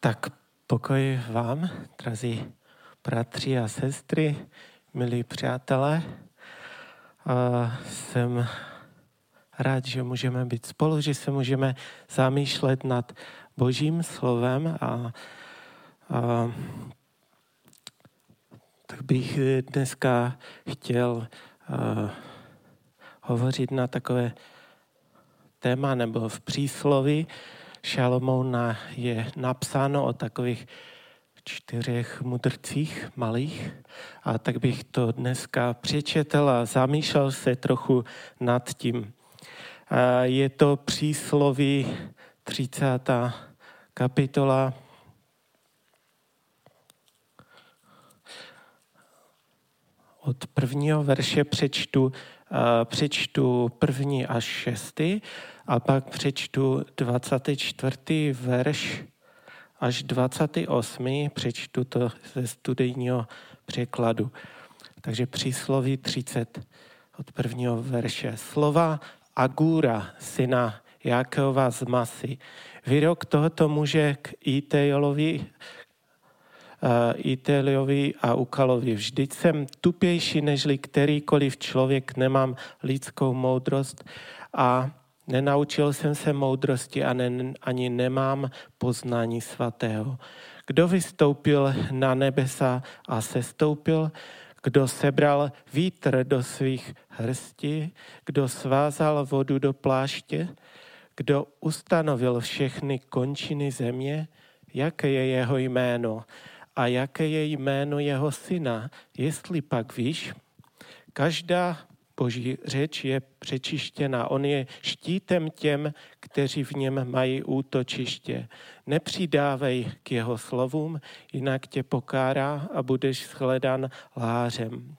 Tak pokoj vám, drazí bratři a sestry, milí přátelé. Jsem rád, že můžeme být spolu, že se můžeme zamýšlet nad Božím slovem a tak bych dneska chtěl hovořit na takové téma, nebo v přísloví Šalamouna je napsáno o takových 4 mudrcích malých. A tak bych to dneska přečetl a zamýšlel se trochu nad tím. Je to přísloví 30. kapitola. Od 1. verše přečtu 1. až 6. a pak přečtu 24. verš až 28. Přečtu to ze studijního překladu. Takže přísloví 30 od 1. verše. Slova Agura, syna Jákova z Masy. Výrok tohoto muže k Iteliovi a Ukalovi. Vždyť jsem tupější nežli kterýkoliv člověk, nemám lidskou moudrost a nenaučil jsem se moudrosti a ani nemám poznání svatého. Kdo vystoupil na nebesa a sestoupil, kdo sebral vítr do svých hrstí, kdo svázal vodu do pláště, kdo ustanovil všechny končiny země, jaké je jeho jméno a jaké je jméno jeho syna, jestli pak víš, každá Boží řeč je přečištěna, on je štítem těm, kteří v něm mají útočiště. Nepřidávej k jeho slovům, jinak tě pokárá a budeš shledan lhářem.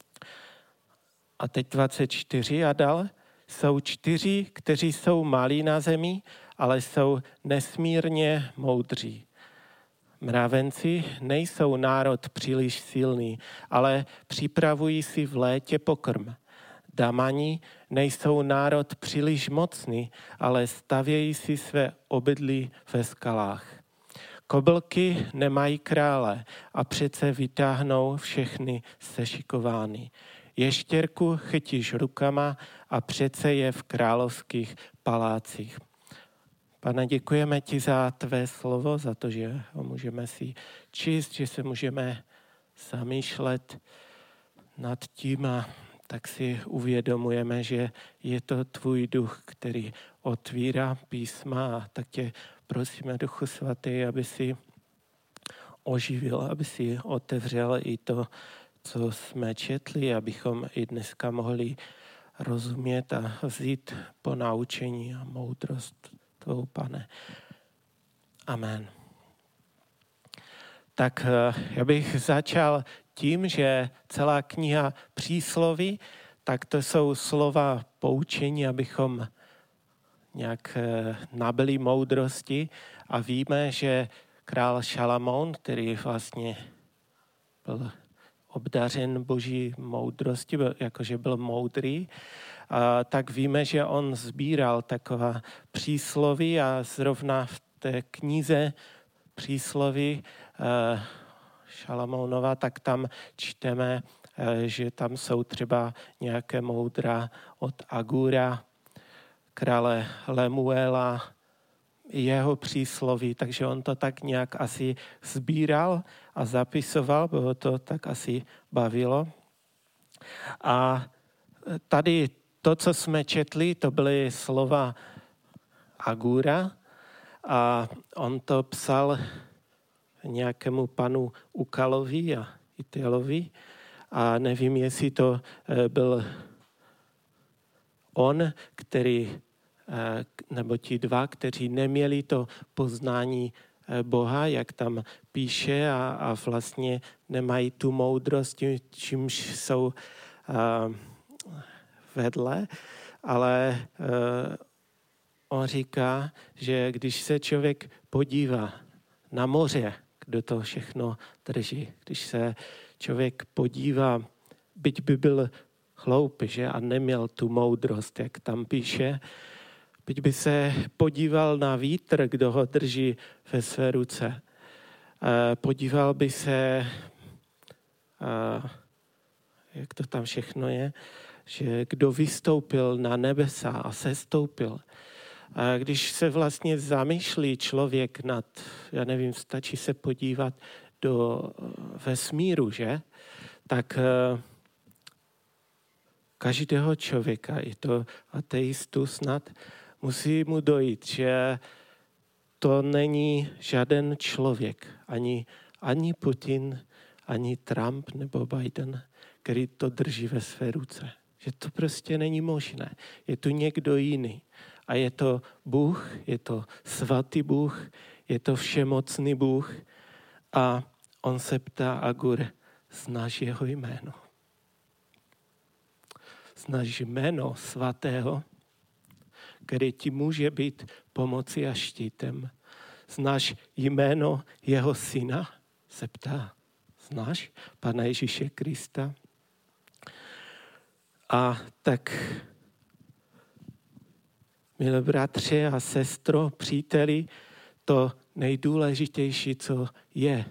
A teď 24 a dál. Jsou 4, kteří jsou malí na zemi, ale jsou nesmírně moudří. Mravenci nejsou národ příliš silný, ale připravují si v létě pokrm. Damani nejsou národ příliš mocný, ale stavějí si své obydlí ve skalách. Kobylky nemají krále a přece vytáhnou všechny sešikovány. Ještěrku chytíš rukama a přece je v královských palácích. Pane, děkujeme ti za tvé slovo, za to, že ho můžeme si číst, že se můžeme zamýšlet nad tím a tak si uvědomujeme, že je to tvůj duch, který otvírá písma a tak tě prosíme, Duchu Svatý, aby si oživil, aby si otevřel i to, co jsme četli, abychom i dneska mohli rozumět a vzít po naučení a moudrost tvou, Pane. Amen. Tak já bych začal tím, že celá kniha Přísloví, tak to jsou slova poučení, abychom nějak nabyli moudrosti a víme, že král Šalamoun, který vlastně byl obdařen Boží moudrosti, jakože byl moudrý, tak víme, že on sbíral taková přísloví a zrovna v té knize Přísloví Šalamounova, tak tam čteme, že tam jsou třeba nějaké moudra od Agura, krále Lemuela, jeho přísloví, takže on to tak nějak asi sbíral a zapisoval, bylo to tak asi bavilo. A tady to, co jsme četli, to byly slova Agura a on to psal nějakému panu Ukalovi a Itelovi a nevím, jestli to byl on, který, nebo ti 2, kteří neměli to poznání Boha, jak tam píše a vlastně nemají tu moudrost, čímž jsou vedle, ale on říká, že když se člověk podívá na moře, kdo to všechno drží, když se člověk podívá, byť by byl hloupý, že, a neměl tu moudrost, jak tam píše, byť by se podíval na vítr, kdo ho drží ve své ruce, podíval by se, jak to tam všechno je, že kdo vystoupil na nebesa a sestoupil. A když se vlastně zamýšlí člověk nad, já nevím, stačí se podívat do vesmíru, že? Tak každého člověka, i to ateistu snad, musí mu dojít, že to není žádný člověk, ani Putin, ani Trump nebo Biden, který to drží ve své ruce. Že to prostě není možné. Je tu někdo jiný. A je to Bůh, je to svatý Bůh, je to všemocný Bůh. A on se ptá, Agur, znáš jeho jméno? Znáš jméno svatého, který ti může být pomocí a štítem? Znáš jméno jeho syna? Se ptá. Znáš Pana Ježíše Krista? A tak, milí bratři a sestro, příteli, to nejdůležitější, co je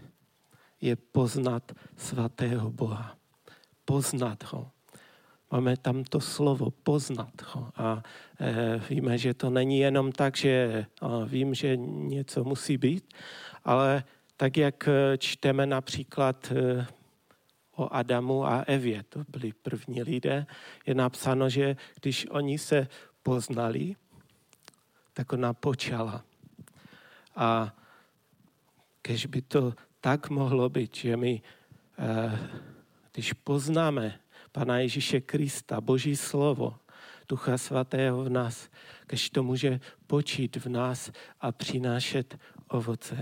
poznat svatého Boha. Poznat ho. Máme tam to slovo poznat ho. A víme, že to není jenom tak, že vím, že něco musí být, ale tak, jak čteme například o Adamu a Evě, to byli první lidé, je napsáno, že když oni se poznali, tak ona počala. A když by to tak mohlo být, že my, když poznáme Pana Ježíše Krista, Boží slovo, Ducha Svatého v nás, když to může počít v nás a přinášet ovoce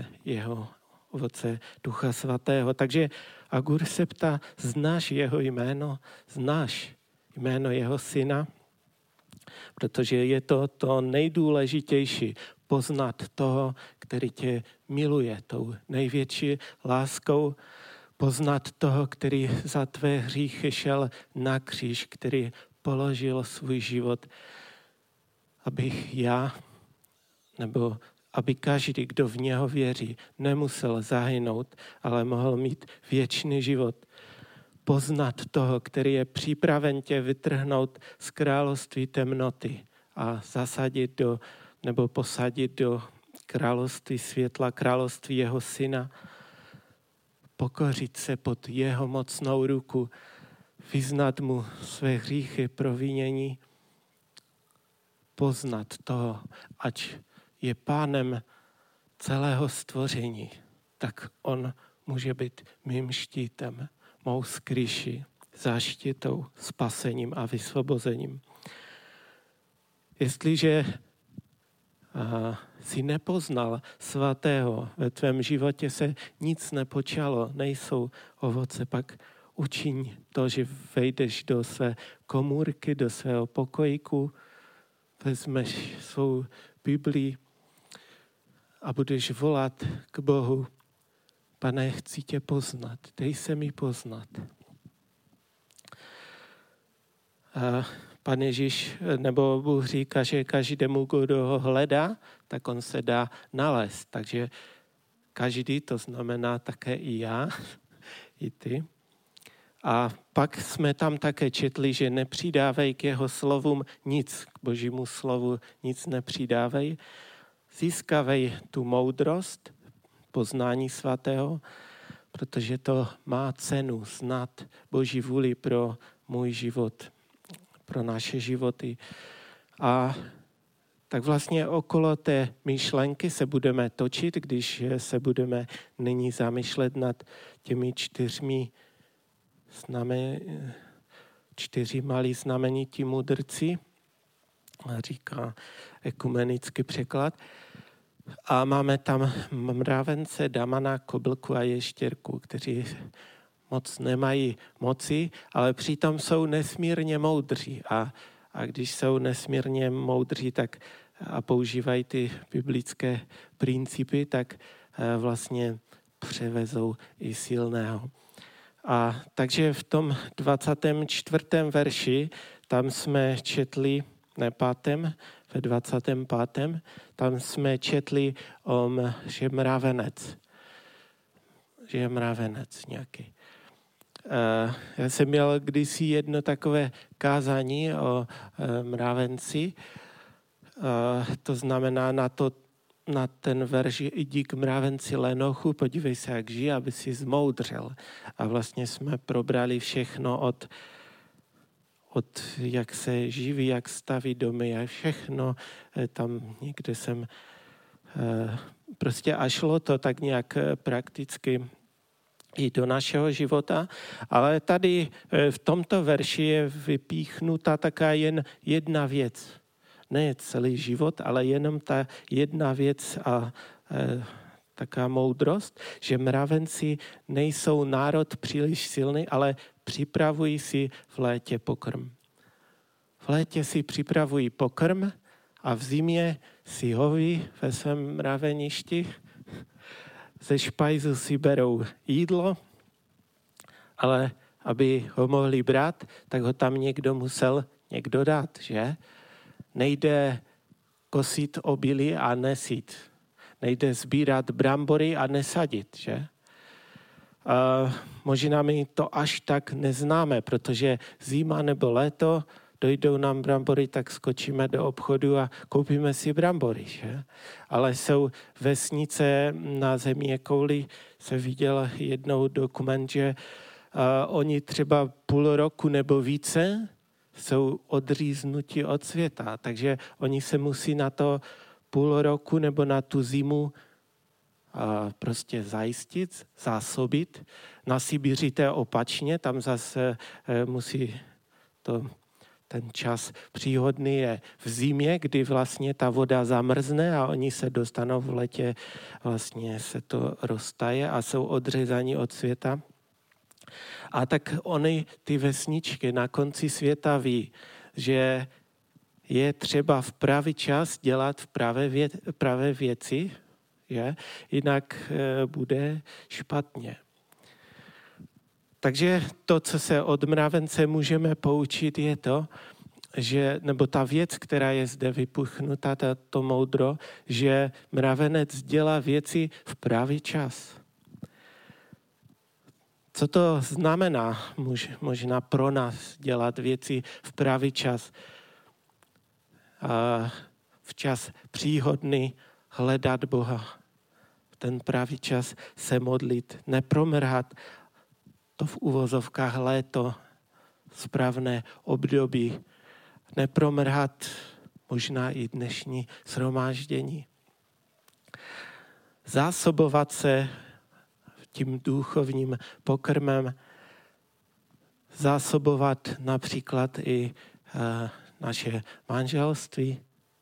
Ducha Svatého. Takže Agur se ptá, znáš jeho jméno? Znáš jméno jeho syna? Protože je to nejdůležitější, poznat toho, který tě miluje tou největší láskou, poznat toho, který za tvé hříchy šel na kříž, který položil svůj život, abych já, nebo aby každý, kdo v něho věří, nemusel zahynout, ale mohl mít věčný život. Poznat toho, který je připraven tě vytrhnout z království temnoty a zasadit nebo posadit do království světla, království jeho syna, pokořit se pod jeho mocnou ruku, vyznat mu své hříchy, provinění, poznat toho, ať je pánem celého stvoření, tak on může být mým štítem, mou skryší, záštitou, spasením a vysvobozením. Jestliže si nepoznal svatého, ve tvém životě se nic nepočalo, nejsou ovoce, pak učiň to, že vejdeš do své komůrky, do svého pokojíku, vezmeš svou Biblii a budeš volat k Bohu, Pane, chci tě poznat, dej se mi poznat. A Pan Ježíš, nebo Bůh říká, že každému, kdo ho hledá, tak on se dá nalézt. Takže každý, to znamená také i já, i ty. A pak jsme tam také četli, že nepřidávej k jeho slovům nic, k Božímu slovu nic nepřidávej. Získavej tu moudrost, poznání svatého, protože to má cenu znát Boží vůli pro můj život, pro naše životy. A tak vlastně okolo té myšlenky se budeme točit, když se budeme nyní zamýšlet nad těmi 4 malí znamenití mudrci, říká ekumenický překlad. A máme tam mravence, damana, kobylku a ještěrku, kteří moc nemají moci, ale přitom jsou nesmírně moudří. A když jsou nesmírně moudří tak a používají ty biblické principy, tak vlastně převezou i silného. A takže v tom 24. verši, tam jsme četli, ve 25. tam jsme četli, že mravenec. že je mravenec nějaký. Já jsem měl kdysi jedno takové kázání o mravenci. To znamená na ten verš jdi k mravenci lenochu, podívej se, jak žije, aby si zmoudřel. A vlastně jsme probrali všechno od jak se živí, jak staví domy a všechno. Tam někde jsem prostě a šlo to tak nějak prakticky i do našeho života, ale tady v tomto verši je vypíchnuta taká jen jedna věc. Ne celý život, ale jenom ta jedna věc a taká moudrost, že mravenci nejsou národ příliš silný, ale připravují si v létě pokrm. V létě si připravují pokrm a v zimě si hoví ve svém mraveništi. Ze špajzu si berou jídlo, ale aby ho mohli brát, tak ho tam musel někdo dát, že? Nejde kosit obilí a nesít. Nejde sbírat brambory a nesadit, že? Možná my to až tak neznáme, protože zima nebo léto, dojdou nám brambory, tak skočíme do obchodu a koupíme si brambory, že? Ale jsou vesnice na země kouli, se viděl jednou dokument, že oni třeba půl roku nebo více jsou odříznuti od světa, takže oni se musí na to půl roku nebo na tu zimu prostě zajistit, zásobit. Na Sibiři to je opačně, tam zase musí ten čas příhodný je v zimě, kdy vlastně ta voda zamrzne a oni se dostanou v letě, vlastně se to roztaje a jsou odřezaní od světa. A tak oni, ty vesničky na konci světa ví, že je třeba v pravý čas dělat v pravé věci, že? Jinak bude špatně. Takže to, co se od mravence můžeme poučit, je to, že, nebo ta věc, která je zde vypuchnuta, to moudro, že mravenec dělá věci v pravý čas. Co to znamená možná pro nás dělat věci v pravý čas? V čas příhodný hledat Boha. V ten pravý čas se modlit, nepromrhat to v uvozovkách léto, správné období, nepromrhat možná i dnešní shromáždění. Zásobovat se tím duchovním pokrmem, zásobovat například i naše manželství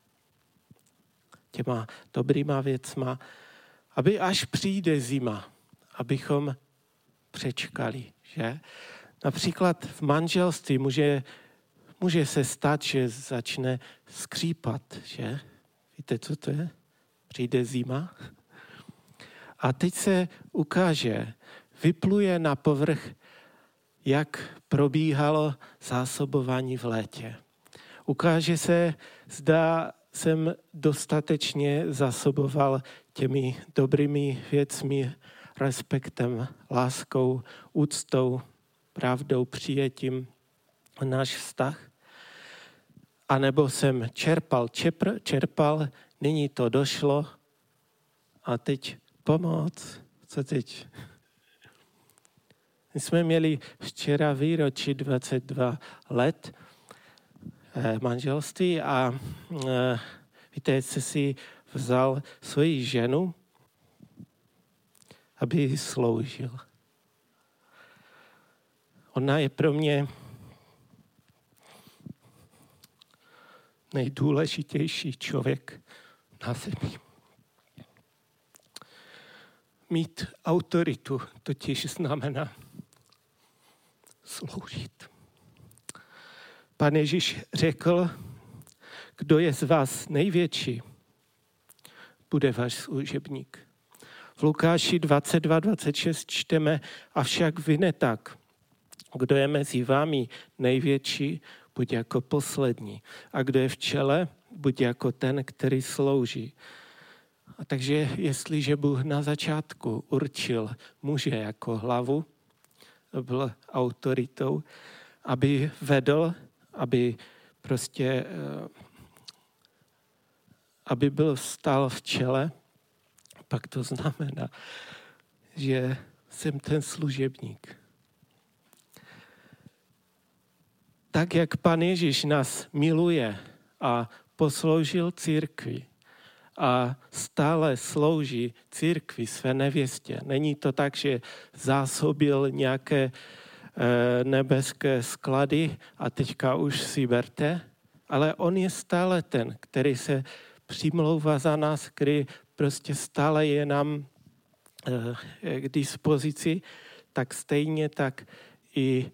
těma dobrýma věcma, aby až přijde zima, abychom přečkali, že? Například v manželství může se stát, že začne skřípat, že? Víte, co to je? Přijde zima. A teď se ukáže, vypluje na povrch, jak probíhalo zásobování v létě. Ukáže se, zda jsem dostatečně zásoboval těmi dobrými věcmi, respektem, láskou, úctou, pravdou, přijetím náš vztah. A nebo jsem čerpal, nyní to došlo a teď pomoc. Co teď? My jsme měli včera výročí 22 let manželství a víte, jste si vzal svoji ženu, aby jí sloužil. Ona je pro mě nejdůležitější člověk na zemi. Mít autoritu totiž znamená sloužit. Pan Ježíš řekl, kdo je z vás největší, bude váš služebník. V Lukáši 22:26 čteme, avšak vy ne tak. Kdo je mezi vámi největší, buď jako poslední. A kdo je v čele, buď jako ten, který slouží. A takže jestliže Bůh na začátku určil muže jako hlavu, byl autoritou, aby vedl, aby prostě, aby byl stál v čele, pak to znamená, že jsem ten služebník. Tak, jak Pan Ježíš nás miluje a posloužil církvi a stále slouží církvi své nevěstě. Není to tak, že zásobil nějaké nebeské sklady a teďka už si berte, ale on je stále ten, který se přimlouvá za nás, který prostě stále je nám k dispozici, tak stejně tak i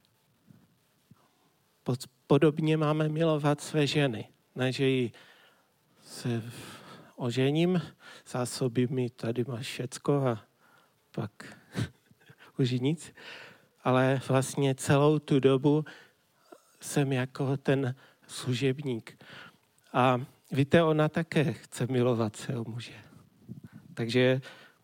podobně máme milovat své ženy. Ne, že ji se ožením, zásobí mi, tady máš všecko a pak už nic. Ale vlastně celou tu dobu jsem jako ten služebník. A víte, ona také chce milovat svého muže. Takže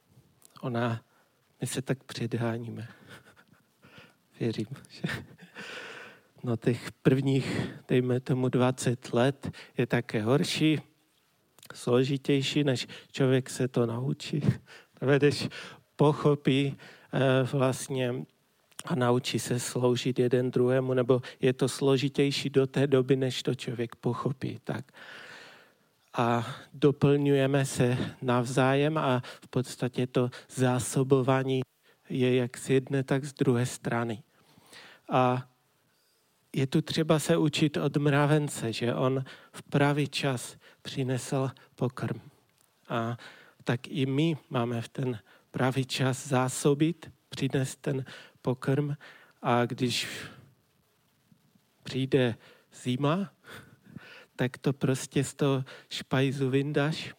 my se tak předháníme. Věřím, že no těch prvních, dejme tomu 20 let, je také horší, složitější, než člověk se to naučí. Když pochopí vlastně a naučí se sloužit jeden druhému, nebo je to složitější do té doby, než to člověk pochopí. Tak. A doplňujeme se navzájem a v podstatě to zásobování je jak z jedné, tak z druhé strany. A je tu třeba se učit od mravence, že on v pravý čas přinesl pokrm. A tak i my máme v ten pravý čas zásobit, přinést ten pokrm a když přijde zima, tak to prostě z toho špajzu vyndáš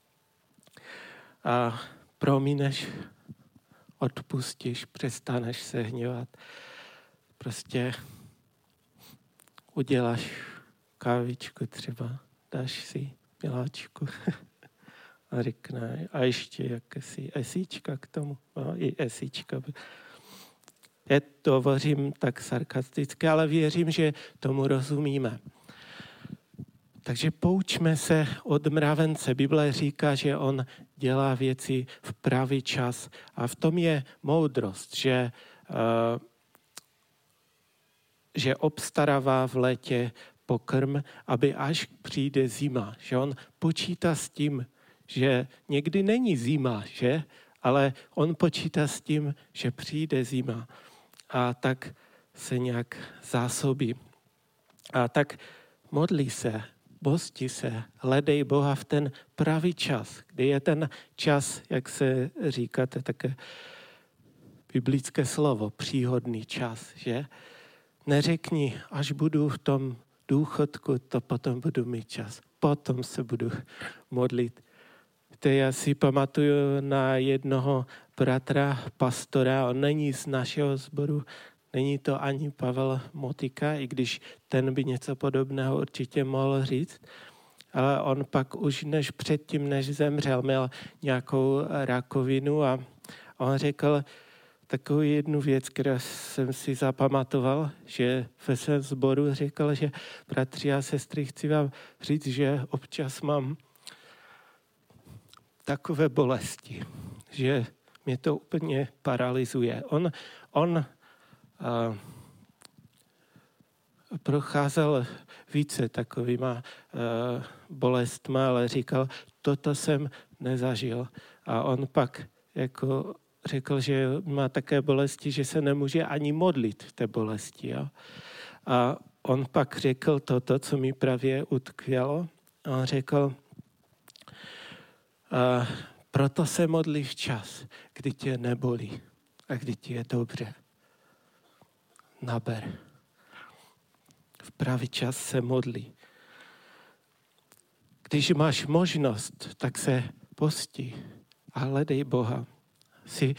a promíneš, odpustíš, přestaneš se hněvat. Prostě uděláš kávičku třeba, dáš si miláčku a řekne, a ještě jakési esíčka k tomu. No, i esíčka. Já to hovořím tak sarkasticky, ale věřím, že tomu rozumíme. Takže poučme se od mravence. Bible říká, že on dělá věci v pravý čas. A v tom je moudrost, že obstarává v létě pokrm, aby až přijde zima. Že on počítá s tím, že někdy není zima, že? Ale on počítá s tím, že přijde zima. A tak se nějak zásobí. A tak modlí se, posti se, hledej Boha v ten pravý čas, kdy je ten čas, jak se říkáte, také biblické slovo, příhodný čas, že? Neřekni, až budu v tom důchodku, to potom budu mít čas. Potom se budu modlit. Já si pamatuju na jednoho bratra, pastora, on není z našeho sboru, není to ani Pavel Motika, i když ten by něco podobného určitě mohl říct, ale on pak už předtím, než zemřel, měl nějakou rakovinu a on řekl takovou jednu věc, kterou jsem si zapamatoval, že ve svém sboru řekl, že bratři a sestry, chci vám říct, že občas mám takové bolesti, že mě to úplně paralyzuje. On procházel více takovýma bolestma, ale říkal, toto jsem nezažil. A on pak jako řekl, že má také bolesti, že se nemůže ani modlit v té bolesti. Jo? A on pak řekl toto, co mi právě utkvělo. On řekl, proto se modlí včas, kdy tě nebolí a kdy ti je dobře. Naber. V pravý čas se modlí. Když máš možnost, tak se posti a hledej Boha. Si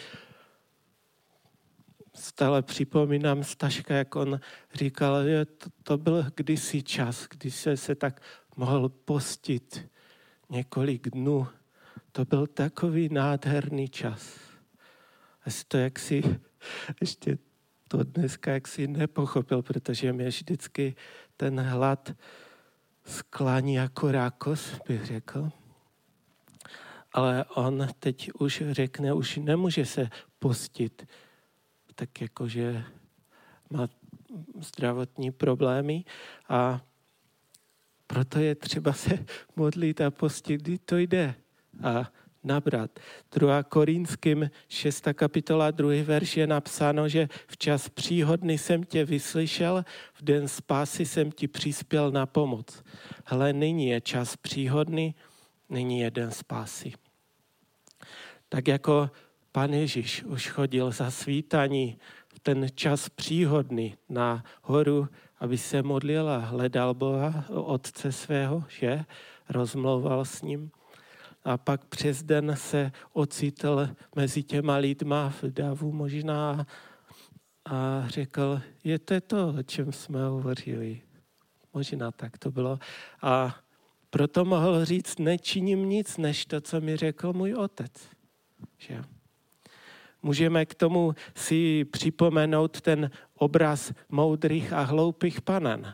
stále připomínám Staška, jak on říkal, že to byl kdysi čas, kdy se tak mohl postit několik dnů To byl takový nádherný čas. Asi to jaksi, ještě to dneska jaksi nepochopil, protože mě vždycky ten hlad sklání jako rákos, bych řekl. Ale on teď už řekne, už nemůže se postit, tak jakože má zdravotní problémy a proto je třeba se modlit a postit, kdy to jde a nabrat. 2. Korinským 6. kapitola 2. verš je napsáno, že v čas příhodný jsem tě vyslyšel, v den spásy jsem ti přispěl na pomoc. Hle, nyní je čas příhodný, nyní je den spásy. Tak jako Pán Ježíš už chodil za svítání v ten čas příhodný na horu, aby se modlil a hledal Boha, Otce svého, že? Rozmlouval s ním. A pak přes den se ocitl mezi těma lidma v davu možná a řekl, je to, o čem jsme hovořili. Možná tak to bylo. A proto mohl říct, nečiním nic, než to, co mi řekl můj otec. Že? Můžeme k tomu si připomenout ten obraz moudrých a hloupých panen.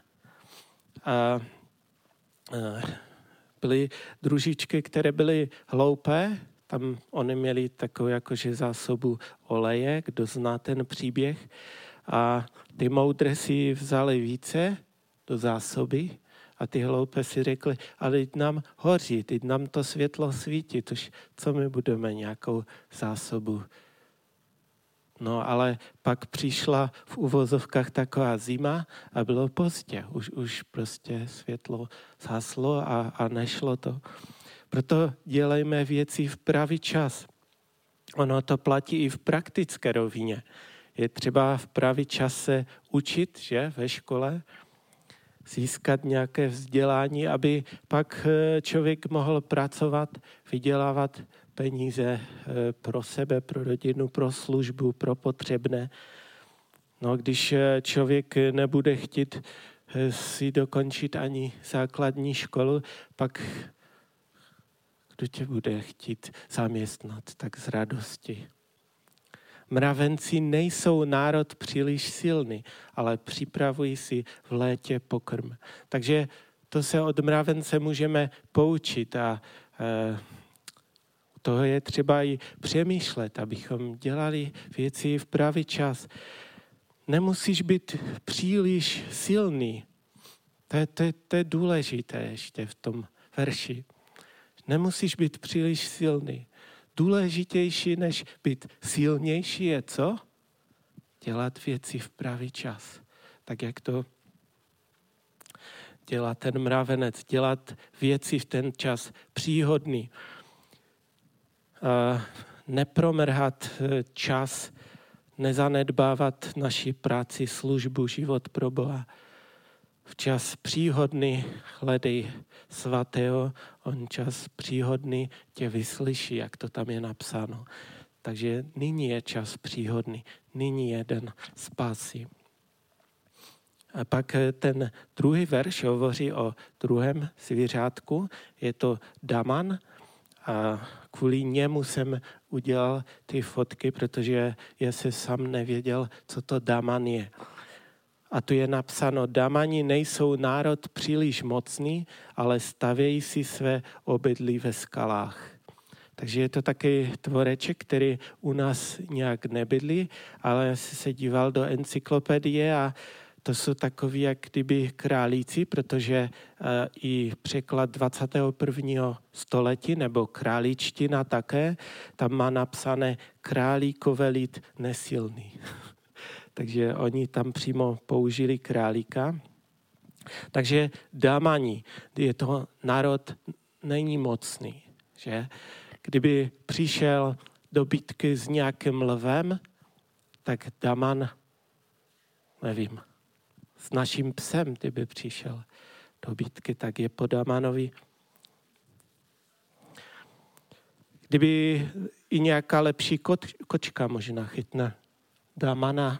Byly družičky, které byly hloupé, tam oni měli takovou jakože zásobu oleje, kdo zná ten příběh, a ty moudré si vzali více do zásoby a ty hloupé si řekli, ale teď nám hoří, teď nám to světlo svítí, tož co my budeme nějakou zásobu. No ale pak přišla v uvozovkách taková zima a bylo pozdě. Už prostě světlo zhaslo a nešlo to. Proto dělejme věci v pravý čas. Ono to platí i v praktické rovině. Je třeba v pravý čas se učit, že, ve škole, získat nějaké vzdělání, aby pak člověk mohl pracovat, vydělávat peníze pro sebe, pro rodinu, pro službu, pro potřebné. No, když člověk nebude chtít si dokončit ani základní školu, pak kdo tě bude chtít zaměstnat tak z radosti. Mravenci nejsou národ příliš silný, ale připravují si v létě pokrm. Takže to se od mravence můžeme poučit a toho je třeba i přemýšlet, abychom dělali věci v pravý čas. Nemusíš být příliš silný. To je důležité ještě v tom verši. Nemusíš být příliš silný. Důležitější, než být silnější, je co? Dělat věci v pravý čas. Tak jak to dělá ten mravenec. Dělat věci v ten čas příhodný. Nepromrhat čas, nezanedbávat naši práci, službu, život pro Boha. V čas příhodný hledej svatého, on čas příhodný tě vyslyší, jak to tam je napsáno. Takže nyní je čas příhodný, nyní je den spásy. A pak ten druhý verš hovoří o druhém zvířátku, je to daman. A kvůli němu jsem udělal ty fotky, protože já se sám nevěděl, co to daman je. A tu je napsáno, damani nejsou národ příliš mocný, ale stavějí si své obydlí ve skalách. Takže je to taky tvoreček, který u nás nějak nebydlí, ale já jsem se díval do encyklopedie a to jsou takový jak kdyby králíci, protože i překlad 21. století nebo králíčtina také, tam má napsané králíkové lid nesilný. Takže oni tam přímo použili králíka. Takže damani, je to národ není mocný. Že? Kdyby přišel do bitky s nějakým lvem, tak daman, nevím, s naším psem, kdyby přišel do bitky, tak je po damanovi. Kdyby i nějaká lepší kočka možná chytne damana,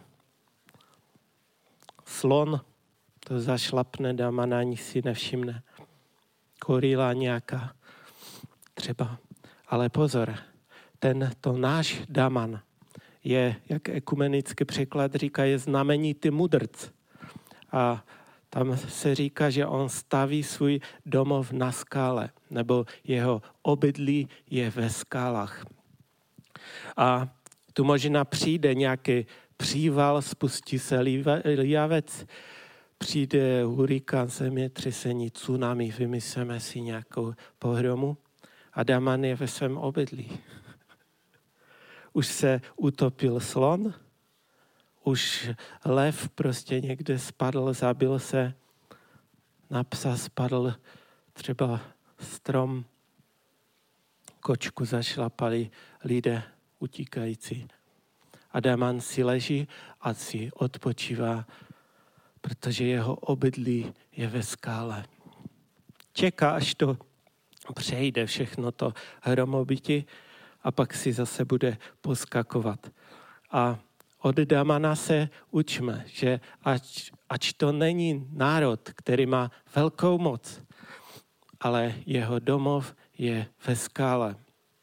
slon, to zašlapne damana, ani si nevšimne. Gorila nějaká třeba. Ale pozor, tento náš Daman je, jak ekumenický překlad říká, je znamenitý mudrc. A tam se říká, že on staví svůj domov na skále, nebo jeho obydlí je ve skálách. A tu možná přijde nějaký příval, spustí se lijavec, přijde hurikán, zemětřesení, tsunami, vymyslíme si nějakou pohromu a Daman je ve svém obydlí. Už se utopil slon, už lev prostě někde spadl, zabil se, na psa spadl třeba strom, kočku zašlapali lidé utíkající. A Daman si leží a si odpočívá, protože jeho obydlí je ve skále. Čeká, až to přejde všechno to hromobytí a pak si zase bude poskakovat. A od Damana se učme, že ač to není národ, který má velkou moc, ale jeho domov je ve skále.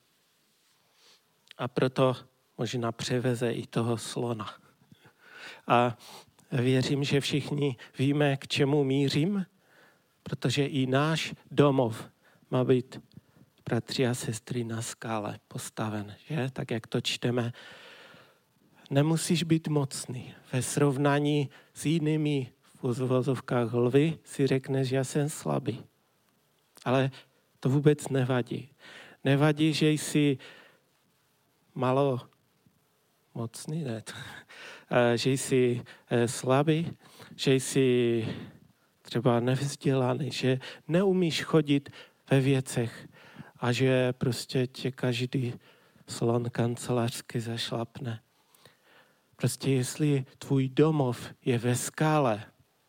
A proto možná převeze i toho slona. A věřím, že všichni víme, k čemu mířím, protože i náš domov má být, bratři a sestry, na skále postaven, že? Tak, jak to čteme. Nemusíš být mocný. Ve srovnání s jinými v uvozovkách lvy si řekneš, že já jsem slabý. Ale to vůbec nevadí. Nevadí, že jsi malo mocný, ne? Že jsi slabý, že jsi třeba nevzdělaný, že neumíš chodit ve věcech a že prostě tě každý slon kancelářsky zašlapne. Prostě jestli tvůj domov je ve skále,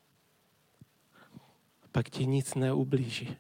pak ti nic neublíží.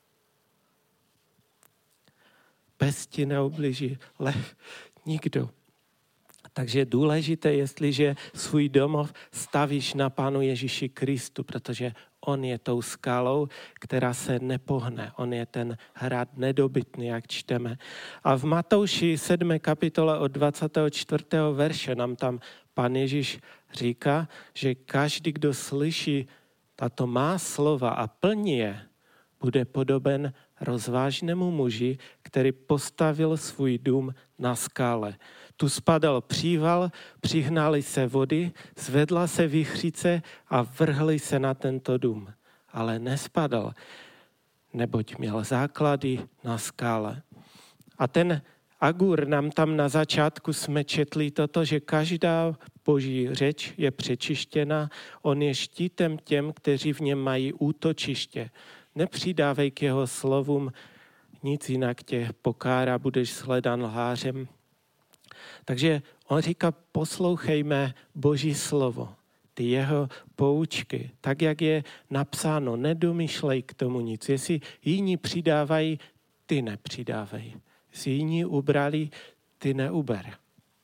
Pes ti neublíží, lev, nikdo. Takže je důležité, jestliže svůj domov stavíš na Pánu Ježíši Kristu, protože on je tou skálou, která se nepohne. On je ten hrad nedobytný, jak čteme. A v Matouši 7. kapitole od 24. verše nám tam Pán Ježíš říká, že každý, kdo slyší tato má slova a plní je, bude podoben rozvážnému muži, který postavil svůj dům na skále. Tu spadal příval, přihnali se vody, zvedla se vichřice a vrhli se na tento dům. Ale nespadal, neboť měl základy na skále. A ten Agur nám tam na začátku jsme četli toto, že každá boží řeč je přečištěna, on je štítem těm, kteří v něm mají útočiště. Nepřidávej k jeho slovům, nic jinak tě pokára, budeš shledan lhářem. Takže on říká, poslouchejme Boží slovo, ty jeho poučky, tak jak je napsáno, nedomýšlej k tomu nic. Jestli jiní přidávají, ty nepřidávej. Jestli jiní ubrali, ty neuber.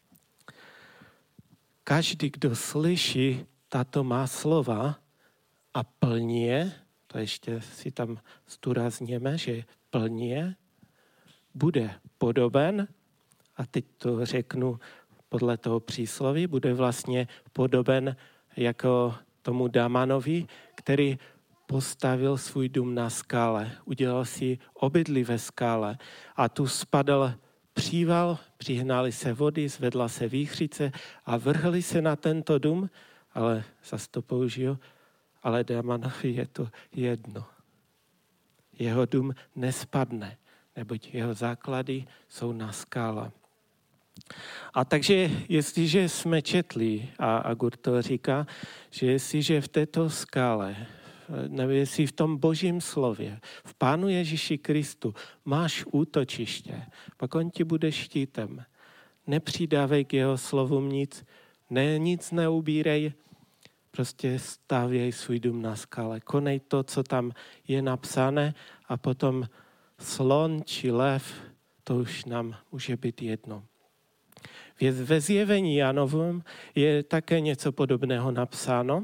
Každý, kdo slyší tato má slova a plní je, to ještě si tam zdůrazněme, že plní je, bude podoben, a teď to řeknu podle toho přísloví, bude vlastně podoben jako tomu Damanovi, který postavil svůj dům na skále, udělal si obydlí ve skále a tu spadl příval, přihnali se vody, zvedla se výchřice a vrhli se na tento dům, ale zase to použiju, ale Damanovi je to jedno. Jeho dům nespadne, neboť jeho základy jsou na skále. A takže jestliže jsme četli, a Agur to říká, že jestliže v této skále, nebo jestli v tom Božím slově, v Pánu Ježíši Kristu máš útočiště, pak on ti bude štítem. Nepřidávej k jeho slovům nic, nic neubírej, prostě stavěj svůj dům na skále. Konej to, co tam je napsané a potom slon či lev, to už nám může být jedno. Ve Zjevení Janovém je také něco podobného napsáno,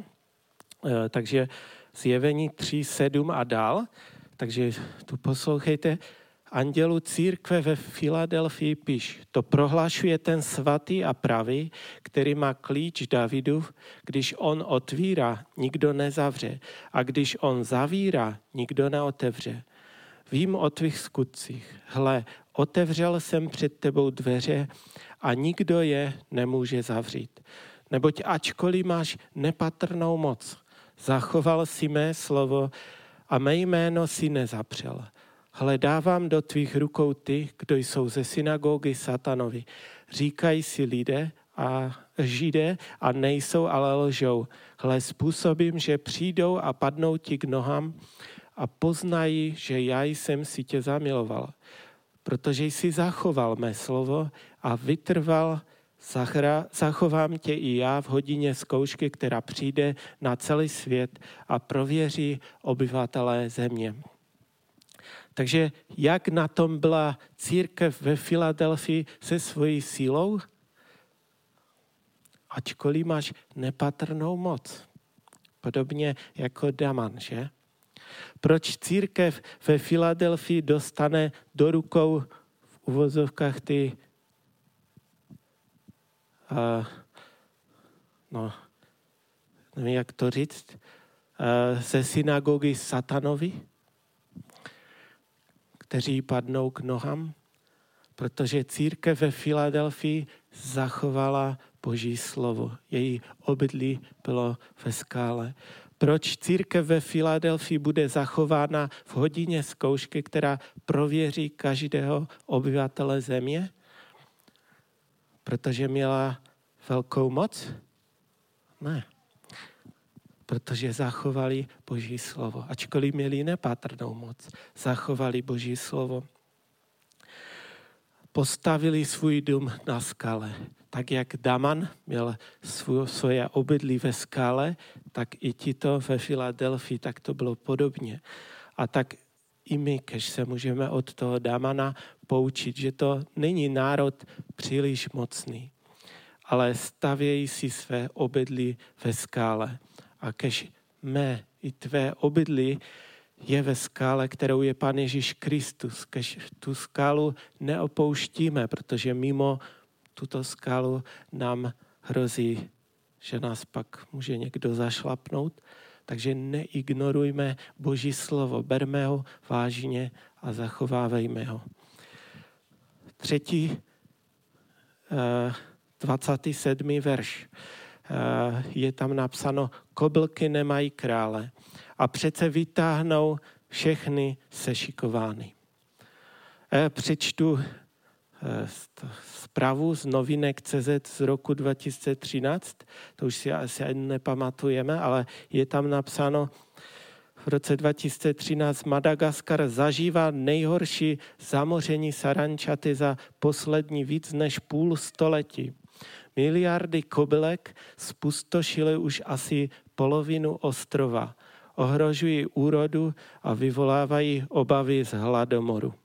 takže Zjevení 3, 7 a dál, takže tu poslouchejte. andělu církve ve Filadelfii píš, to prohlašuje ten svatý a pravý, který má klíč Davidův, když on otvírá, nikdo nezavře, a když on zavírá, nikdo neotevře. Vím o tvých skutcích. Hle, otevřel jsem před tebou dveře a nikdo je nemůže zavřít. Neboť ačkoliv máš nepatrnou moc, zachoval si mé slovo a mé jméno si nezapřel. Hle, dávám do tvých rukou ty, kdo jsou ze synagogy Satanovi. Říkají si lidé a Židé a nejsou, ale lžou. Hle, způsobím, že přijdou a padnou ti k nohám a poznají, že já jsem si tě zamiloval. Protože jsi zachoval mé slovo a vytrval, zachovám tě i já v hodině zkoušky, která přijde na celý svět a prověří obyvatelé země. Takže jak na tom byla církev ve Filadelfii se svojí sílou? Ačkoliv máš nepatrnou moc. Podobně jako Daman, že? Proč církev ve Filadelfii dostane do rukou v uvozovkách ty nevím, jak to říct, ze synagogy Satanovi, kteří padnou k nohám, protože církev ve Filadelfii zachovala Boží slovo. Její obydlí bylo ve skále. Proč církev ve Filadelfii bude zachována v hodině zkoušky, která prověří každého obyvatele země? Protože měla velkou moc? Ne. Protože zachovali Boží slovo. Ačkoliv měli nepatrnou moc, zachovali Boží slovo. Postavili svůj dům na skale. Tak jak Daman měl svoje obydlí ve skále, tak i tito ve Filadelfii, tak to bylo podobně. A tak i my, když se můžeme od toho Damana poučit, že to není národ příliš mocný, ale stavějí si své obydlí ve skále. A když mé i tvé obydlí je ve skále, kterou je Pán Ježíš Kristus, když tu skálu neopouštíme, protože mimo tuto skálu nám hrozí, že nás pak může někdo zašlapnout. Takže neignorujme Boží slovo, berme ho vážně a zachovávejme ho. 27. verš. Je tam napsáno, kobylky nemají krále a přece vytáhnou všechny sešikovány. Přečtu zprávu z novinek CZ z roku 2013, to už si asi ani nepamatujeme, ale je tam napsáno, v roce 2013 Madagaskar zažívá nejhorší zamoření sarančaty za poslední víc než půl století. Miliardy kobylek zpustošily už asi polovinu ostrova, ohrožují úrodu a vyvolávají obavy z hladomoru.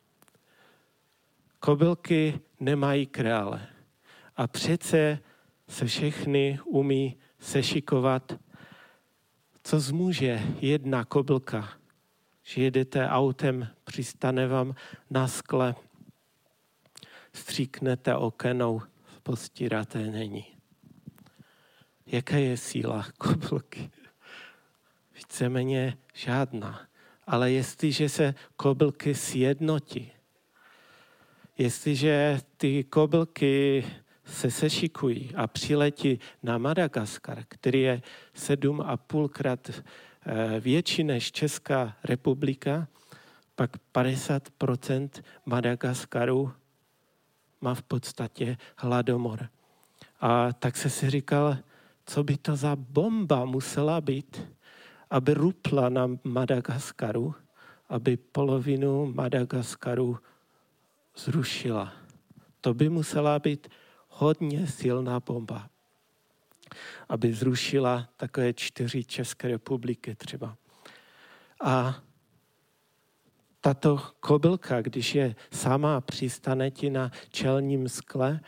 Kobylky nemají krále a přece se všechny umí sešikovat. Co zmůže jedna kobylka? Že jedete autem, přistane vám na skle, stříknete okenou, postíráte, není. Jaká je síla kobylky? Víceméně žádná. Ale jestliže se kobylky sjednotí, jestliže ty kobylky se sešikují a přiletí na Madagaskar, který je 7,5krát větší než Česká republika, pak 50% Madagaskaru má v podstatě hladomor. A tak se si říkal, co by to za bomba musela být, aby rupla na Madagaskaru, aby polovinu Madagaskaru zrušila. To by musela být hodně silná bomba, aby zrušila takové 4 České republiky třeba. A tato kobylka, když je sama přistane ti na čelním skle,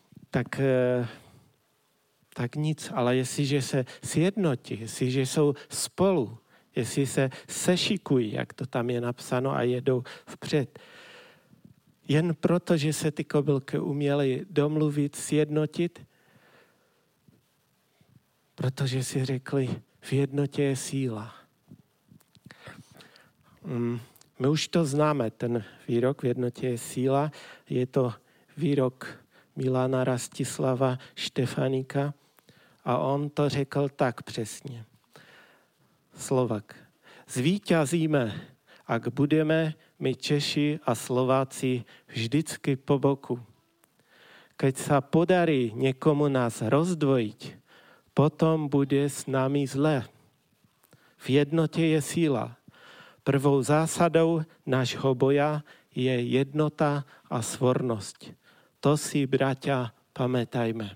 tak nic. Ale jestliže se sjednotí, jestliže jsou spolu, jestli se sešikují, jak to tam je napsáno, a jedou vpřed, jen proto, že se ty kobylky uměly domluvit, sjednotit, protože si řekli, v jednotě je síla. My už to známe, ten výrok, v jednotě je síla. Je to výrok Milana Rastislava Štefaníka a on to řekl tak přesně. Slovak. Zvíťazíme, ak budeme my Češi a Slováci vždycky po boku. Keď sa podarí někomu nás rozdvojiť, potom bude s námi zle. V jednotě je síla. Prvou zásadou nášho boja je jednota a svornosť. To si, bratia, pamätajme.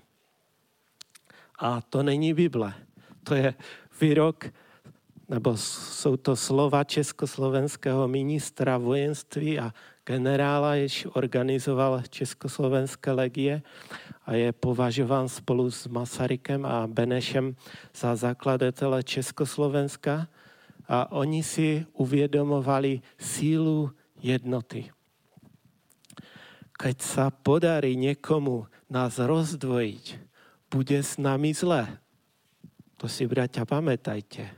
A to není Bible. To je výrok, nebo jsou to slova československého ministra vojenství a generála, jež organizoval Československé legie a je považován spolu s Masarykem a Benešem za zakladatele Československa. A oni si uvědomovali sílu jednoty. Keď sa podarí někomu nás rozdvojiť, bude s nami zle. To si, bratia, pamätajte.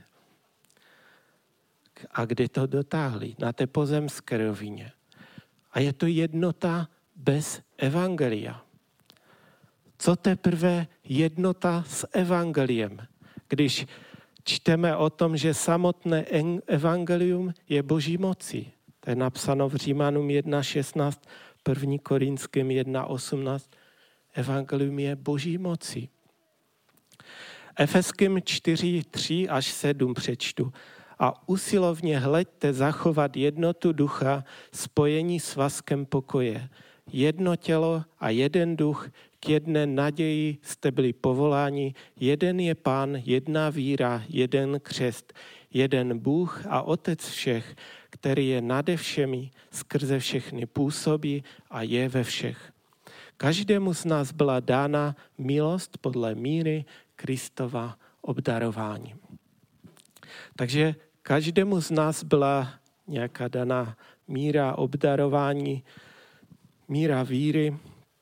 A kde to dotáhli? Na té pozemské rovině. A je to jednota bez evangelia. Co teprve jednota s evangeliem? Když čteme o tom, že samotné evangelium je Boží moci. To je napsáno v Římanům 1.16, 1. Korinským 1.18. Evangelium je Boží moci. Efeským 4.3 až 7 přečtu. A usilovně hleďte zachovat jednotu ducha, spojení svazkem pokoje. Jedno tělo a jeden duch, k jedné naději jste byli povoláni, jeden je Pán, jedna víra, jeden křest, jeden Bůh a Otec všech, který je nade všemi, skrze všechny působí a je ve všech. Každému z nás byla dána milost podle míry Kristova obdarování. Takže každému z nás byla nějaká daná míra obdarování, míra víry.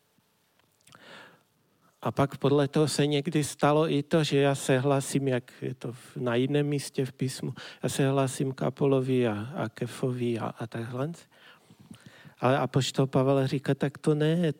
A pak podle toho se někdy stalo i to, že já se hlásím, jak je to na jiném místě v písmu, já se hlásím k Apolovi a Kefovi a takhle. Ale apoštol Pavel říká, tak to ne,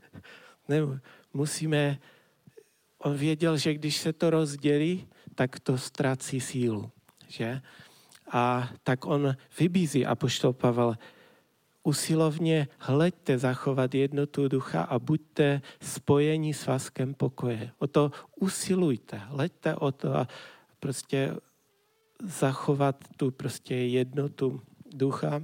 musíme, on věděl, že když se to rozdělí, tak to ztrácí sílu, že? A tak on vybízí apoštol Pavel, usilovně hleďte zachovat jednotu ducha a buďte spojeni svazkem pokoje. O to usilujte, hleďte o to a prostě zachovat tu prostě jednotu ducha.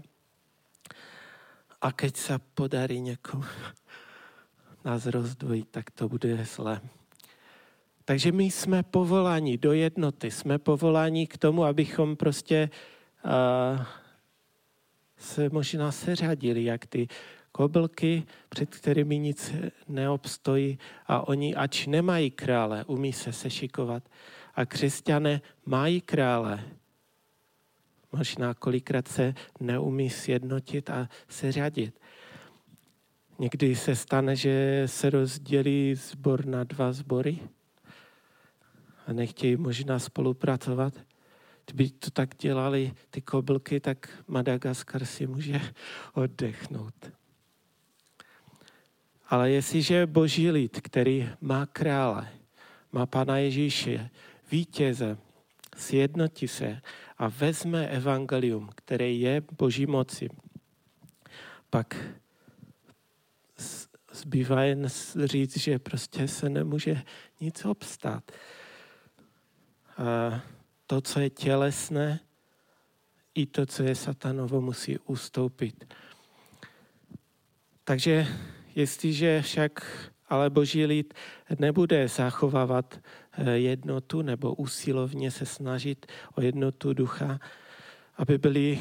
A keď se podarí někomu nás rozdvojit, tak to bude zlé. Takže my jsme povoláni do jednoty, jsme povoláni k tomu, abychom prostě se možná seřadili, jak ty kobylky, před kterými nic neobstojí a oni, ač nemají krále, umí se sešikovat. A křesťané mají krále. Možná kolikrát se neumí sjednotit a seřadit. Někdy se stane, že se rozdělí sbor na 2 sbory a nechtějí možná spolupracovat. Kdyby to tak dělali ty kobylky, tak Madagaskar si může oddechnout. Ale jestliže je Boží lid, který má krále, má Pana Ježíše, vítěze, sjednotí se a vezme evangelium, které je Boží moci, pak zbývá jen říct, že prostě se nemůže nic obstát. A to, co je tělesné, i to, co je satanovo, musí ustoupit. Takže jestliže však ale Boží lid nebude zachovávat jednotu nebo usilovně se snažit o jednotu ducha, aby byli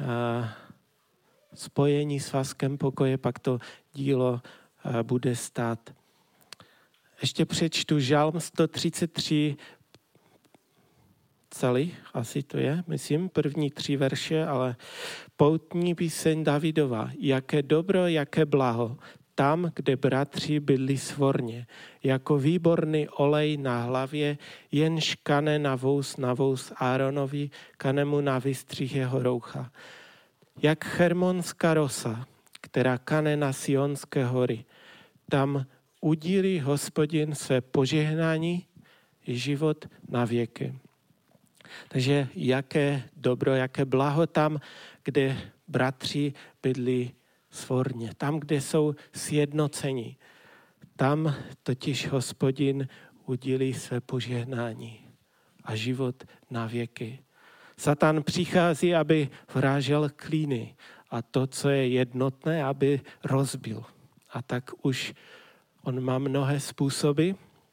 spojení svazkem pokoje, pak to dílo bude stát. Ještě přečtu Žalm 133, celý, asi to je, myslím, první 3 verše, ale poutní píseň Davidova. Jaké dobro, jaké blaho, tam, kde bratři bydlí svorně, jako výborný olej na hlavě, jenž kane na vous Áronovi, kane mu na vystřih jeho roucha. Jak hermonská rosa, která kane na Sionské hory, tam udílí Hospodin své požehnání i život na věky. Takže jaké dobro, jaké blaho tam, kde bratři bydlí svorně, tam, kde jsou sjednoceni. Tam totiž Hospodin udílí své požehnání a život na věky. Satan přichází, aby vrážel klíny a to, co je jednotné, aby rozbil. A tak už on má mnohé způsoby,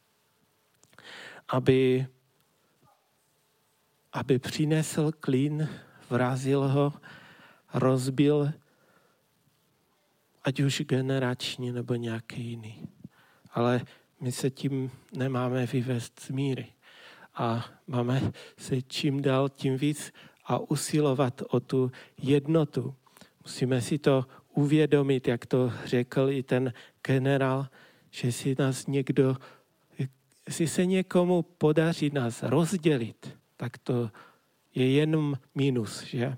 aby přinesl klín, vrazil ho, rozbil, ať už generační nebo nějaký jiný. Ale my se tím nemáme vyvést z míry. A máme se čím dál tím víc a usilovat o tu jednotu. Musíme si to uvědomit, jak to řekl i ten generál, že si nás někdo, jestli se někomu podaří nás rozdělit, tak to je jenom minus, že?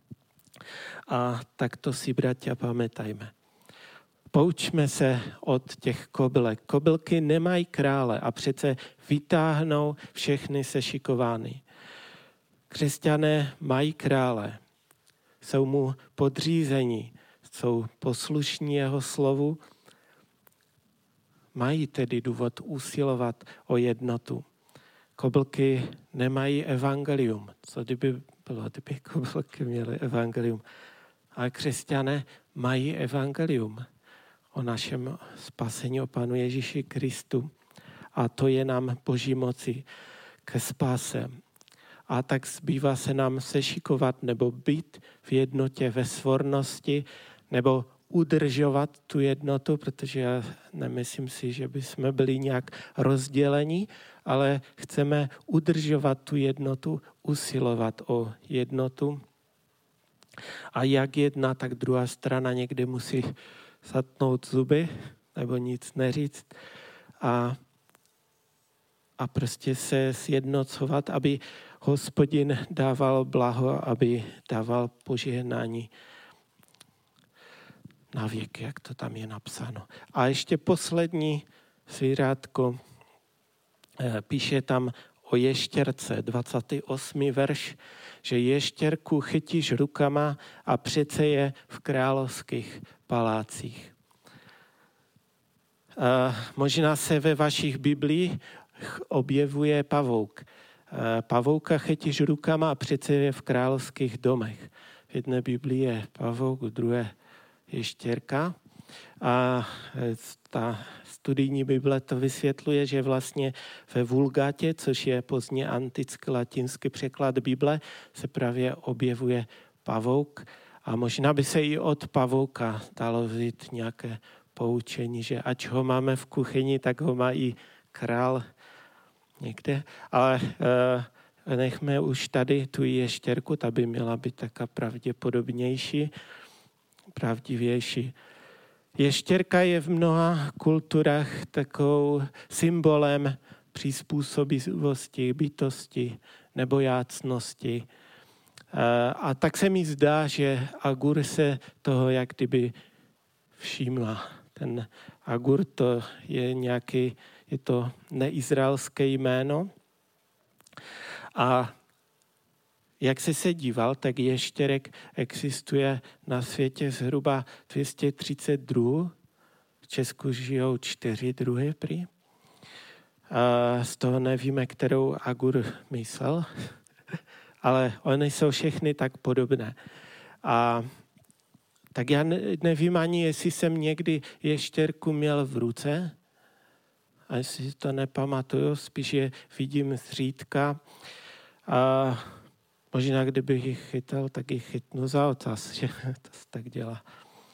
A tak to si, bratia, pamätajme. Poučme se od těch kobylek. Kobylky nemají krále a přece vytáhnou všechny sešikovány. Křesťané mají krále. Jsou mu podřízení, jsou poslušní jeho slovu. Mají tedy důvod usilovat o jednotu. Kobylky nemají evangelium. Co kdyby bylo, kdyby kobylky měly evangelium? Ale křesťané mají evangelium o našem spasení, o Panu Ježíši Kristu. A to je nám Boží moci ke spáse. A tak zbývá se nám sešikovat nebo být v jednotě ve svornosti nebo udržovat tu jednotu, protože já nemyslím si, že bychom byli nějak rozdělení, ale chceme udržovat tu jednotu, usilovat o jednotu. A jak jedna, tak druhá strana někdy musí zatnout zuby nebo nic neříct a prostě se sjednocovat, aby Hospodin dával blaho, aby dával požehnání na věky, jak to tam je napsáno. A ještě poslední svírátko, píše tam o ještěrce, 28. verš, že ještěrku chytíš rukama a přece je v královských palácích. Možná se ve vašich biblích objevuje pavouk. Pavouka chytíš rukama a přece je v královských domech. V jedné Biblii je pavouk, v druhé ještěrka. A ta studijní Bible to vysvětluje, že vlastně ve Vulgátě, což je pozdně antický latinský překlad Bible, se právě objevuje pavouk. A možná by se i od pavouka dalo vzít nějaké poučení, že ač ho máme v kuchyni, tak ho má i král někde. Ale nechme už tady tu ještěrku, ta by měla být taká pravděpodobnější, pravdivější. Ještěrka je v mnoha kulturách takovou symbolem přizpůsobivosti, bytosti, nebojácnosti. A tak se mi zdá, že Agur se toho jak kdyby všimla. Ten Agur to je nějaký, je to neizraelské jméno. A jak jsi se díval, tak ještěrek existuje na světě zhruba 232. V Česku žijou 4 druhy prý. A z toho nevíme, kterou Agur myslel, ale oni jsou všechny tak podobné. A tak já nevím ani, jestli jsem někdy ještěrku měl v ruce, a jestli si to nepamatuju, spíš je vidím zřídka. A možná, kdybych ji chytal, tak ji chytnu za ocas, že to se tak dělá.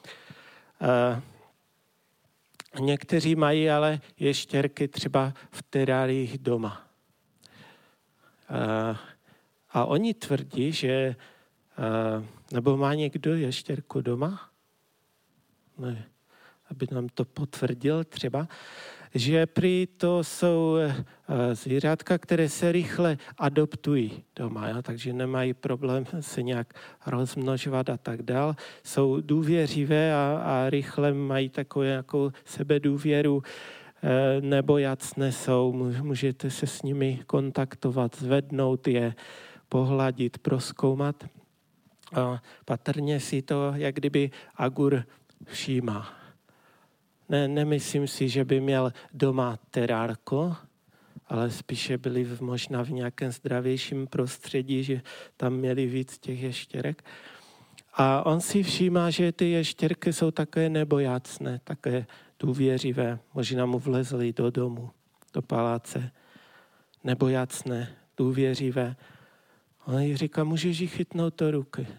Někteří mají ale ještěrky třeba v teráriích doma. A oni tvrdí, že, nebo má někdo ještěrku doma? Ne, aby nám to potvrdil třeba, že prý to jsou zvířátka, které se rychle adoptují doma, jo? Takže nemají problém se nějak rozmnožovat a tak dál. Jsou důvěřivé a rychle mají takovou nějakou sebedůvěru, nebojacné jsou, můžete se s nimi kontaktovat, zvednout je, pohladit, prozkoumat. A patrně si to, jak kdyby Agur všímá. Nemyslím si, že by měl doma terárko, ale spíše byli možná v nějakém zdravějším prostředí, že tam měli víc těch ještěrek. A on si všímá, že ty ještěrky jsou také nebojácné, také důvěřivé. Možná mu vlezli do domu, do paláce. Nebojácné, důvěřivé. On jí říká, můžeš jí chytnout do ruky.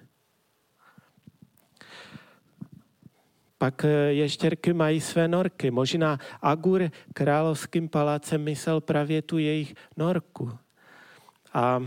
Pak ještěrky mají své norky. Možná Agur královským palácem myslel právě tu jejich norku. A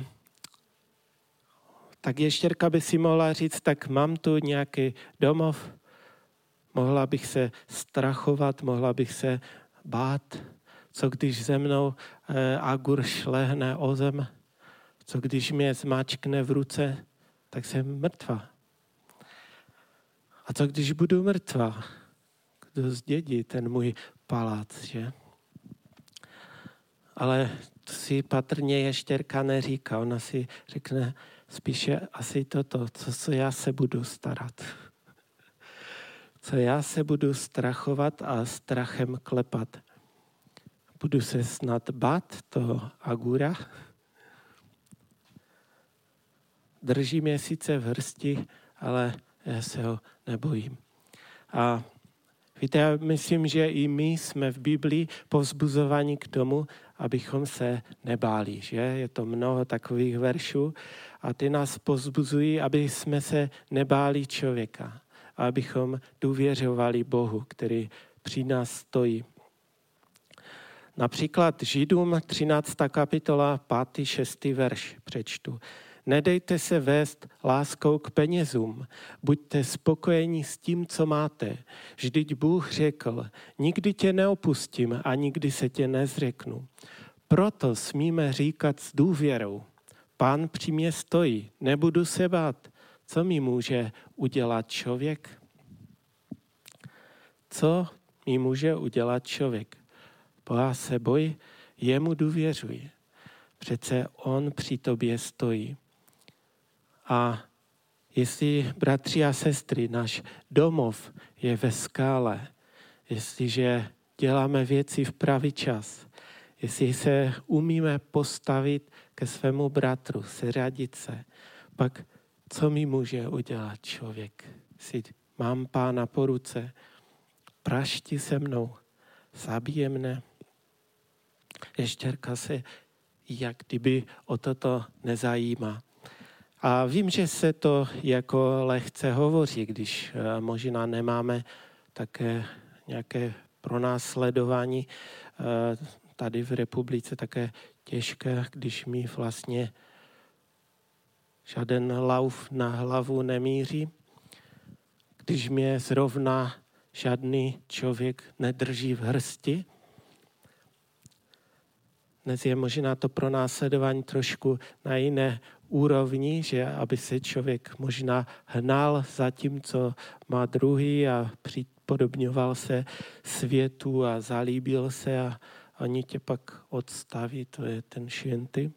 tak ještěrka by si mohla říct, tak mám tu nějaký domov, mohla bych se strachovat, mohla bych se bát. Co když ze mnou Agur šlehne o zem? Co když mě zmáčkne v ruce? Tak jsem mrtvá. A co když budu mrtvá? Kdo zdědí ten můj palác, že? Ale to si patrně ještěrka neříká. Ona si řekne spíše asi toto, co já se budu starat. Co já se budu strachovat a strachem klepat. Budu se snad bát toho Agura. Drží mě sice v hrsti, ale já se ho nebojím. A víte, já myslím, že i my jsme v Biblii povzbuzováni k tomu, abychom se nebáli, že? Je to mnoho takových veršů a ty nás povzbuzují, aby jsme se nebáli člověka, abychom důvěřovali Bohu, který při nás stojí. Například Židům 13. kapitola 5. 6. verš přečtu. Nedejte se vést láskou k penězům. Buďte spokojeni s tím, co máte. Vždyť Bůh řekl, nikdy tě neopustím a nikdy se tě nezřeknu. Proto smíme říkat s důvěrou. Pán při mě stojí, nebudu se bát. Co mi může udělat člověk? Co mi může udělat člověk? Boha se boj, jemu důvěřuj. Přece on při tobě stojí. A jestli, bratři a sestry, náš domov je ve skále, jestliže děláme věci v pravý čas, jestli se umíme postavit ke svému bratru, seřadit se, pak co mi může udělat člověk? Si mám Pána po ruce, prašti se mnou, zabije mne. Ještěrka se jak kdyby o toto nezajímá. A vím, že se to jako lehce hovoří, když možná nemáme také nějaké pronásledování tady v republice, také těžké, když mi vlastně žádný lauf na hlavu nemíří, když mě zrovna žádný člověk nedrží v hrsti. Dnes je možná to pronásledování trošku na jiné úrovni, že aby se člověk možná hnal za tím, co má druhý a připodobňoval se světu a zalíbil se a oni tě pak odstaví, to je ten šenty.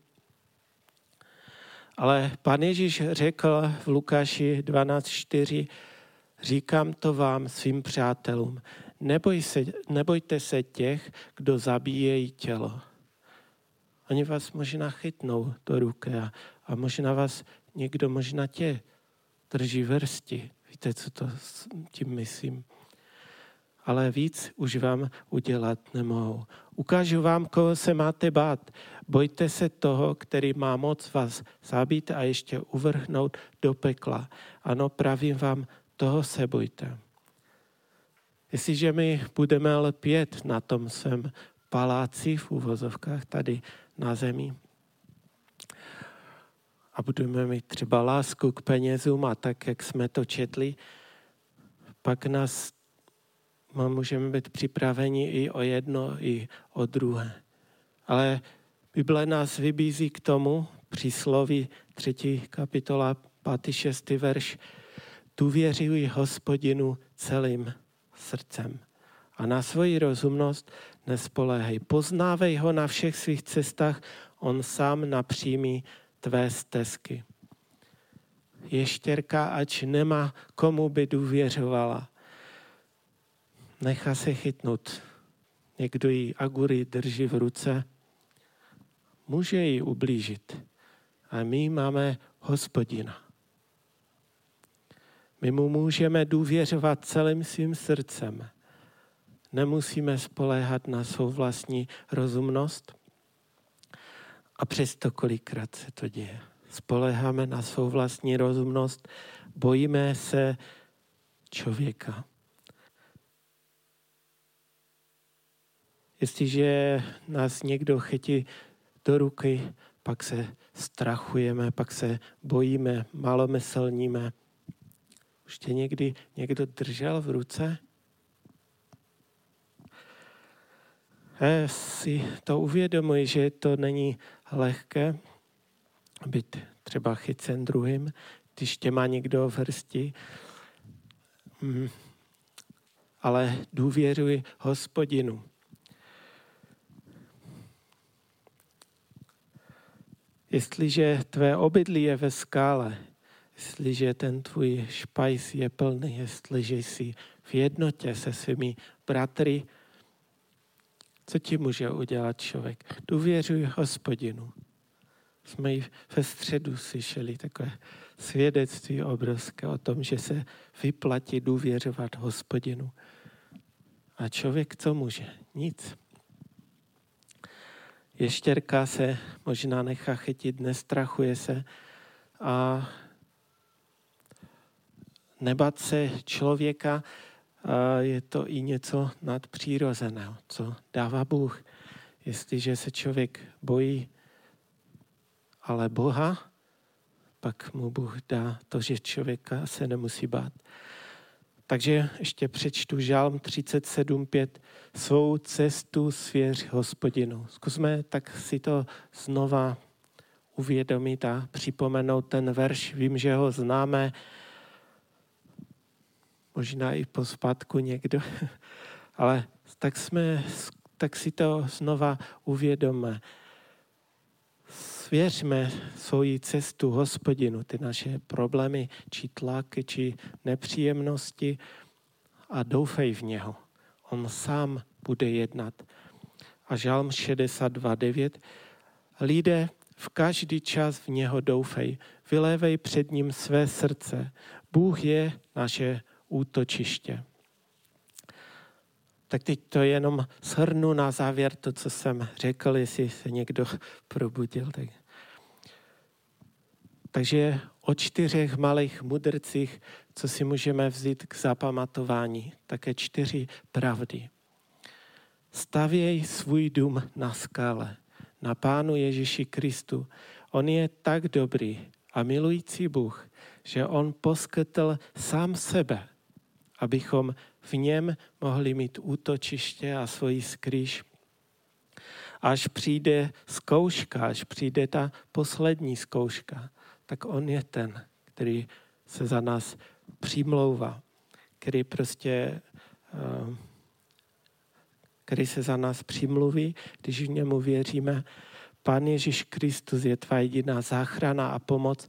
Ale Pán Ježíš řekl v Lukáši 12:4, říkám to vám, svým přátelům, nebojte se těch, kdo zabíjejí tělo. Oni vás možná chytnou do ruky a možná vás někdo, možná tě drží v hrsti. Víte, co to tím myslím? Ale víc už vám udělat nemohou. Ukážu vám, koho se máte bát. Bojte se toho, který má moc vás zabít a ještě uvrhnout do pekla. Ano, pravím vám, toho se bojte. Jestliže my budeme lpět na tom svém paláci v uvozovkách tady na zemi a budeme mít třeba lásku k penězům a tak, jak jsme to četli, pak můžeme být připraveni i o jedno, i o druhé. Ale Bible nás vybízí k tomu, přísloví 3. kapitola 5. 6. verš, důvěřuj Hospodinu celým srdcem a na svoji rozumnost nespoléhej. Poznávej ho na všech svých cestách, on sám napřímí tvé stezky. Ještěrka, ač nemá komu by důvěřovala, nechá se chytnout. Někdo jí agury drží v ruce, může jí ublížit. A my máme Hospodina. My mu můžeme důvěřovat celým svým srdcem. Nemusíme spoléhat na svou vlastní rozumnost. A přesto kolikrát se to děje. Spoléháme na svou vlastní rozumnost, bojíme se člověka. Jestliže nás někdo chytí do ruky, pak se strachujeme, pak se bojíme, malomyslníme. Už tě někdy někdo držel v ruce? Já si to uvědomuji, že to není lehké být třeba chycen druhým, když tě má někdo v hrsti. Ale důvěřuj Hospodinu. Jestliže tvé obydlí je ve skále, jestliže ten tvůj špajs je plný, jestliže jsi v jednotě se svými bratry, co ti může udělat člověk? Důvěřuj Hospodinu. Jsme i ve středu slyšeli takové svědectví obrovské o tom, že se vyplatí důvěřovat Hospodinu. A člověk co může? Nic. Ještěrka se možná nechá chytit, nestrachuje se a nebát se člověka je to i něco nadpřirozeného, co dává Bůh. Jestliže se člověk bojí ale Boha, pak mu Bůh dá to, že člověka se nemusí bát. Takže ještě přečtu Žalm 37:5. Svou cestu svěř Hospodinu. Zkusme tak si to znova uvědomit a připomenout ten verš. Vím, že ho známe, možná i po zpátku někdo, ale tak si to znova uvědomme. Svěřme svoji cestu Hospodinu, ty naše problémy, či tlaky, či nepříjemnosti a doufej v něho. On sám bude jednat. A Žalm 62:9. Lidé v každý čas v něho doufej, vylévej před ním své srdce. Bůh je naše útočiště. Tak teď to jenom shrnu na závěr to, co jsem řekl, jestli se někdo probudil. Takže o 4 malých mudrcích, co si můžeme vzít k zapamatování, také 4 pravdy. Stavěj svůj dům na skále, na Pánu Ježíši Kristu. On je tak dobrý a milující Bůh, že on poskytl sám sebe, abychom v něm mohli mít útočiště a svoji skrýš. Až přijde zkouška, až přijde ta poslední zkouška, tak on je ten, který se za nás přimlouvá, který se za nás přimluví, když v němu věříme. Pán Ježíš Kristus je tvá jediná záchrana a pomoc.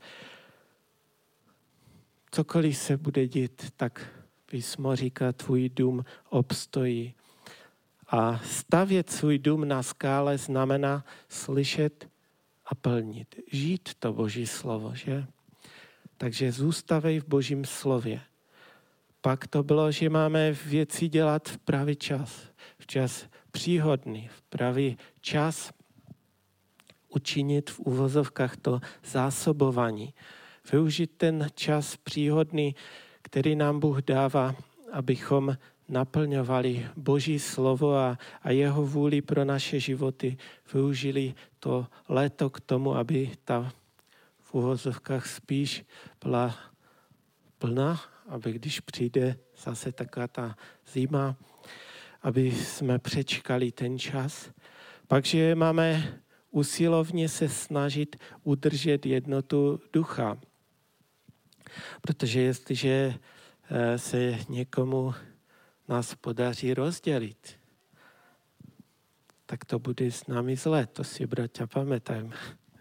Cokoliv se bude dít, tak písmo říká, tvůj dům obstojí. A stavět svůj dům na skále znamená slyšet a plnit. Žít to Boží slovo, že? Takže zůstavej v Božím slově. Pak to bylo, že máme věci dělat v pravý čas. V čas příhodný, v pravý čas učinit v uvozovkách to zásobování. Využít ten čas příhodný, který nám Bůh dává, abychom naplňovali Boží slovo a jeho vůli pro naše životy. Využili to léto k tomu, aby ta v uvozovkách spíš byla plná, aby když přijde zase taková ta zima, aby jsme přečkali ten čas. Pakže máme usilovně se snažit udržet jednotu ducha. Protože jestliže se někomu nás podaří rozdělit, tak to bude s námi zlé. To si, bratia, pamätajme.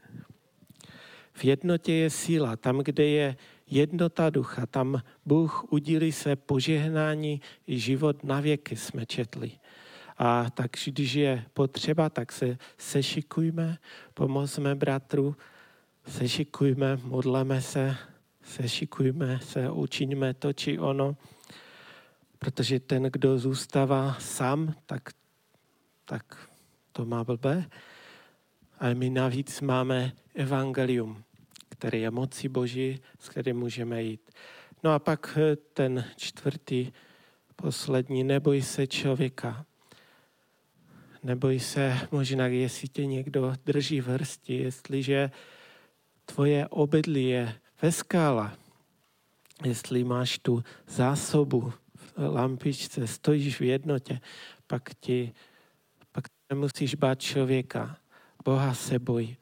V jednotě je síla. Tam, kde je jednota ducha, tam Bůh udílí své požehnání i život na věky, jsme četli. A tak, když je potřeba, tak se sešikujme, pomozme bratru, sešikujme, modleme se, sešikujme se, učiňme to či ono, protože ten, kdo zůstává sám, tak to má blbé. Ale my navíc máme evangelium, které je moci Boží, s kterým můžeme jít. No a pak ten čtvrtý, poslední, neboj se člověka. Neboj se, možná jestli tě někdo drží v hrsti, jestliže tvoje obydlí je ve skále, jestli máš tu zásobu v lampičce, stojíš v jednotě, pak nemusíš bát člověka. Boha se bojí.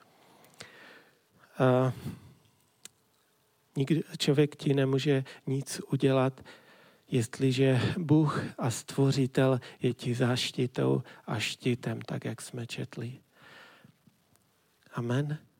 Člověk ti nemůže nic udělat, jestliže Bůh a Stvořitel je ti záštitou a štítem, tak jak jsme četli. Amen.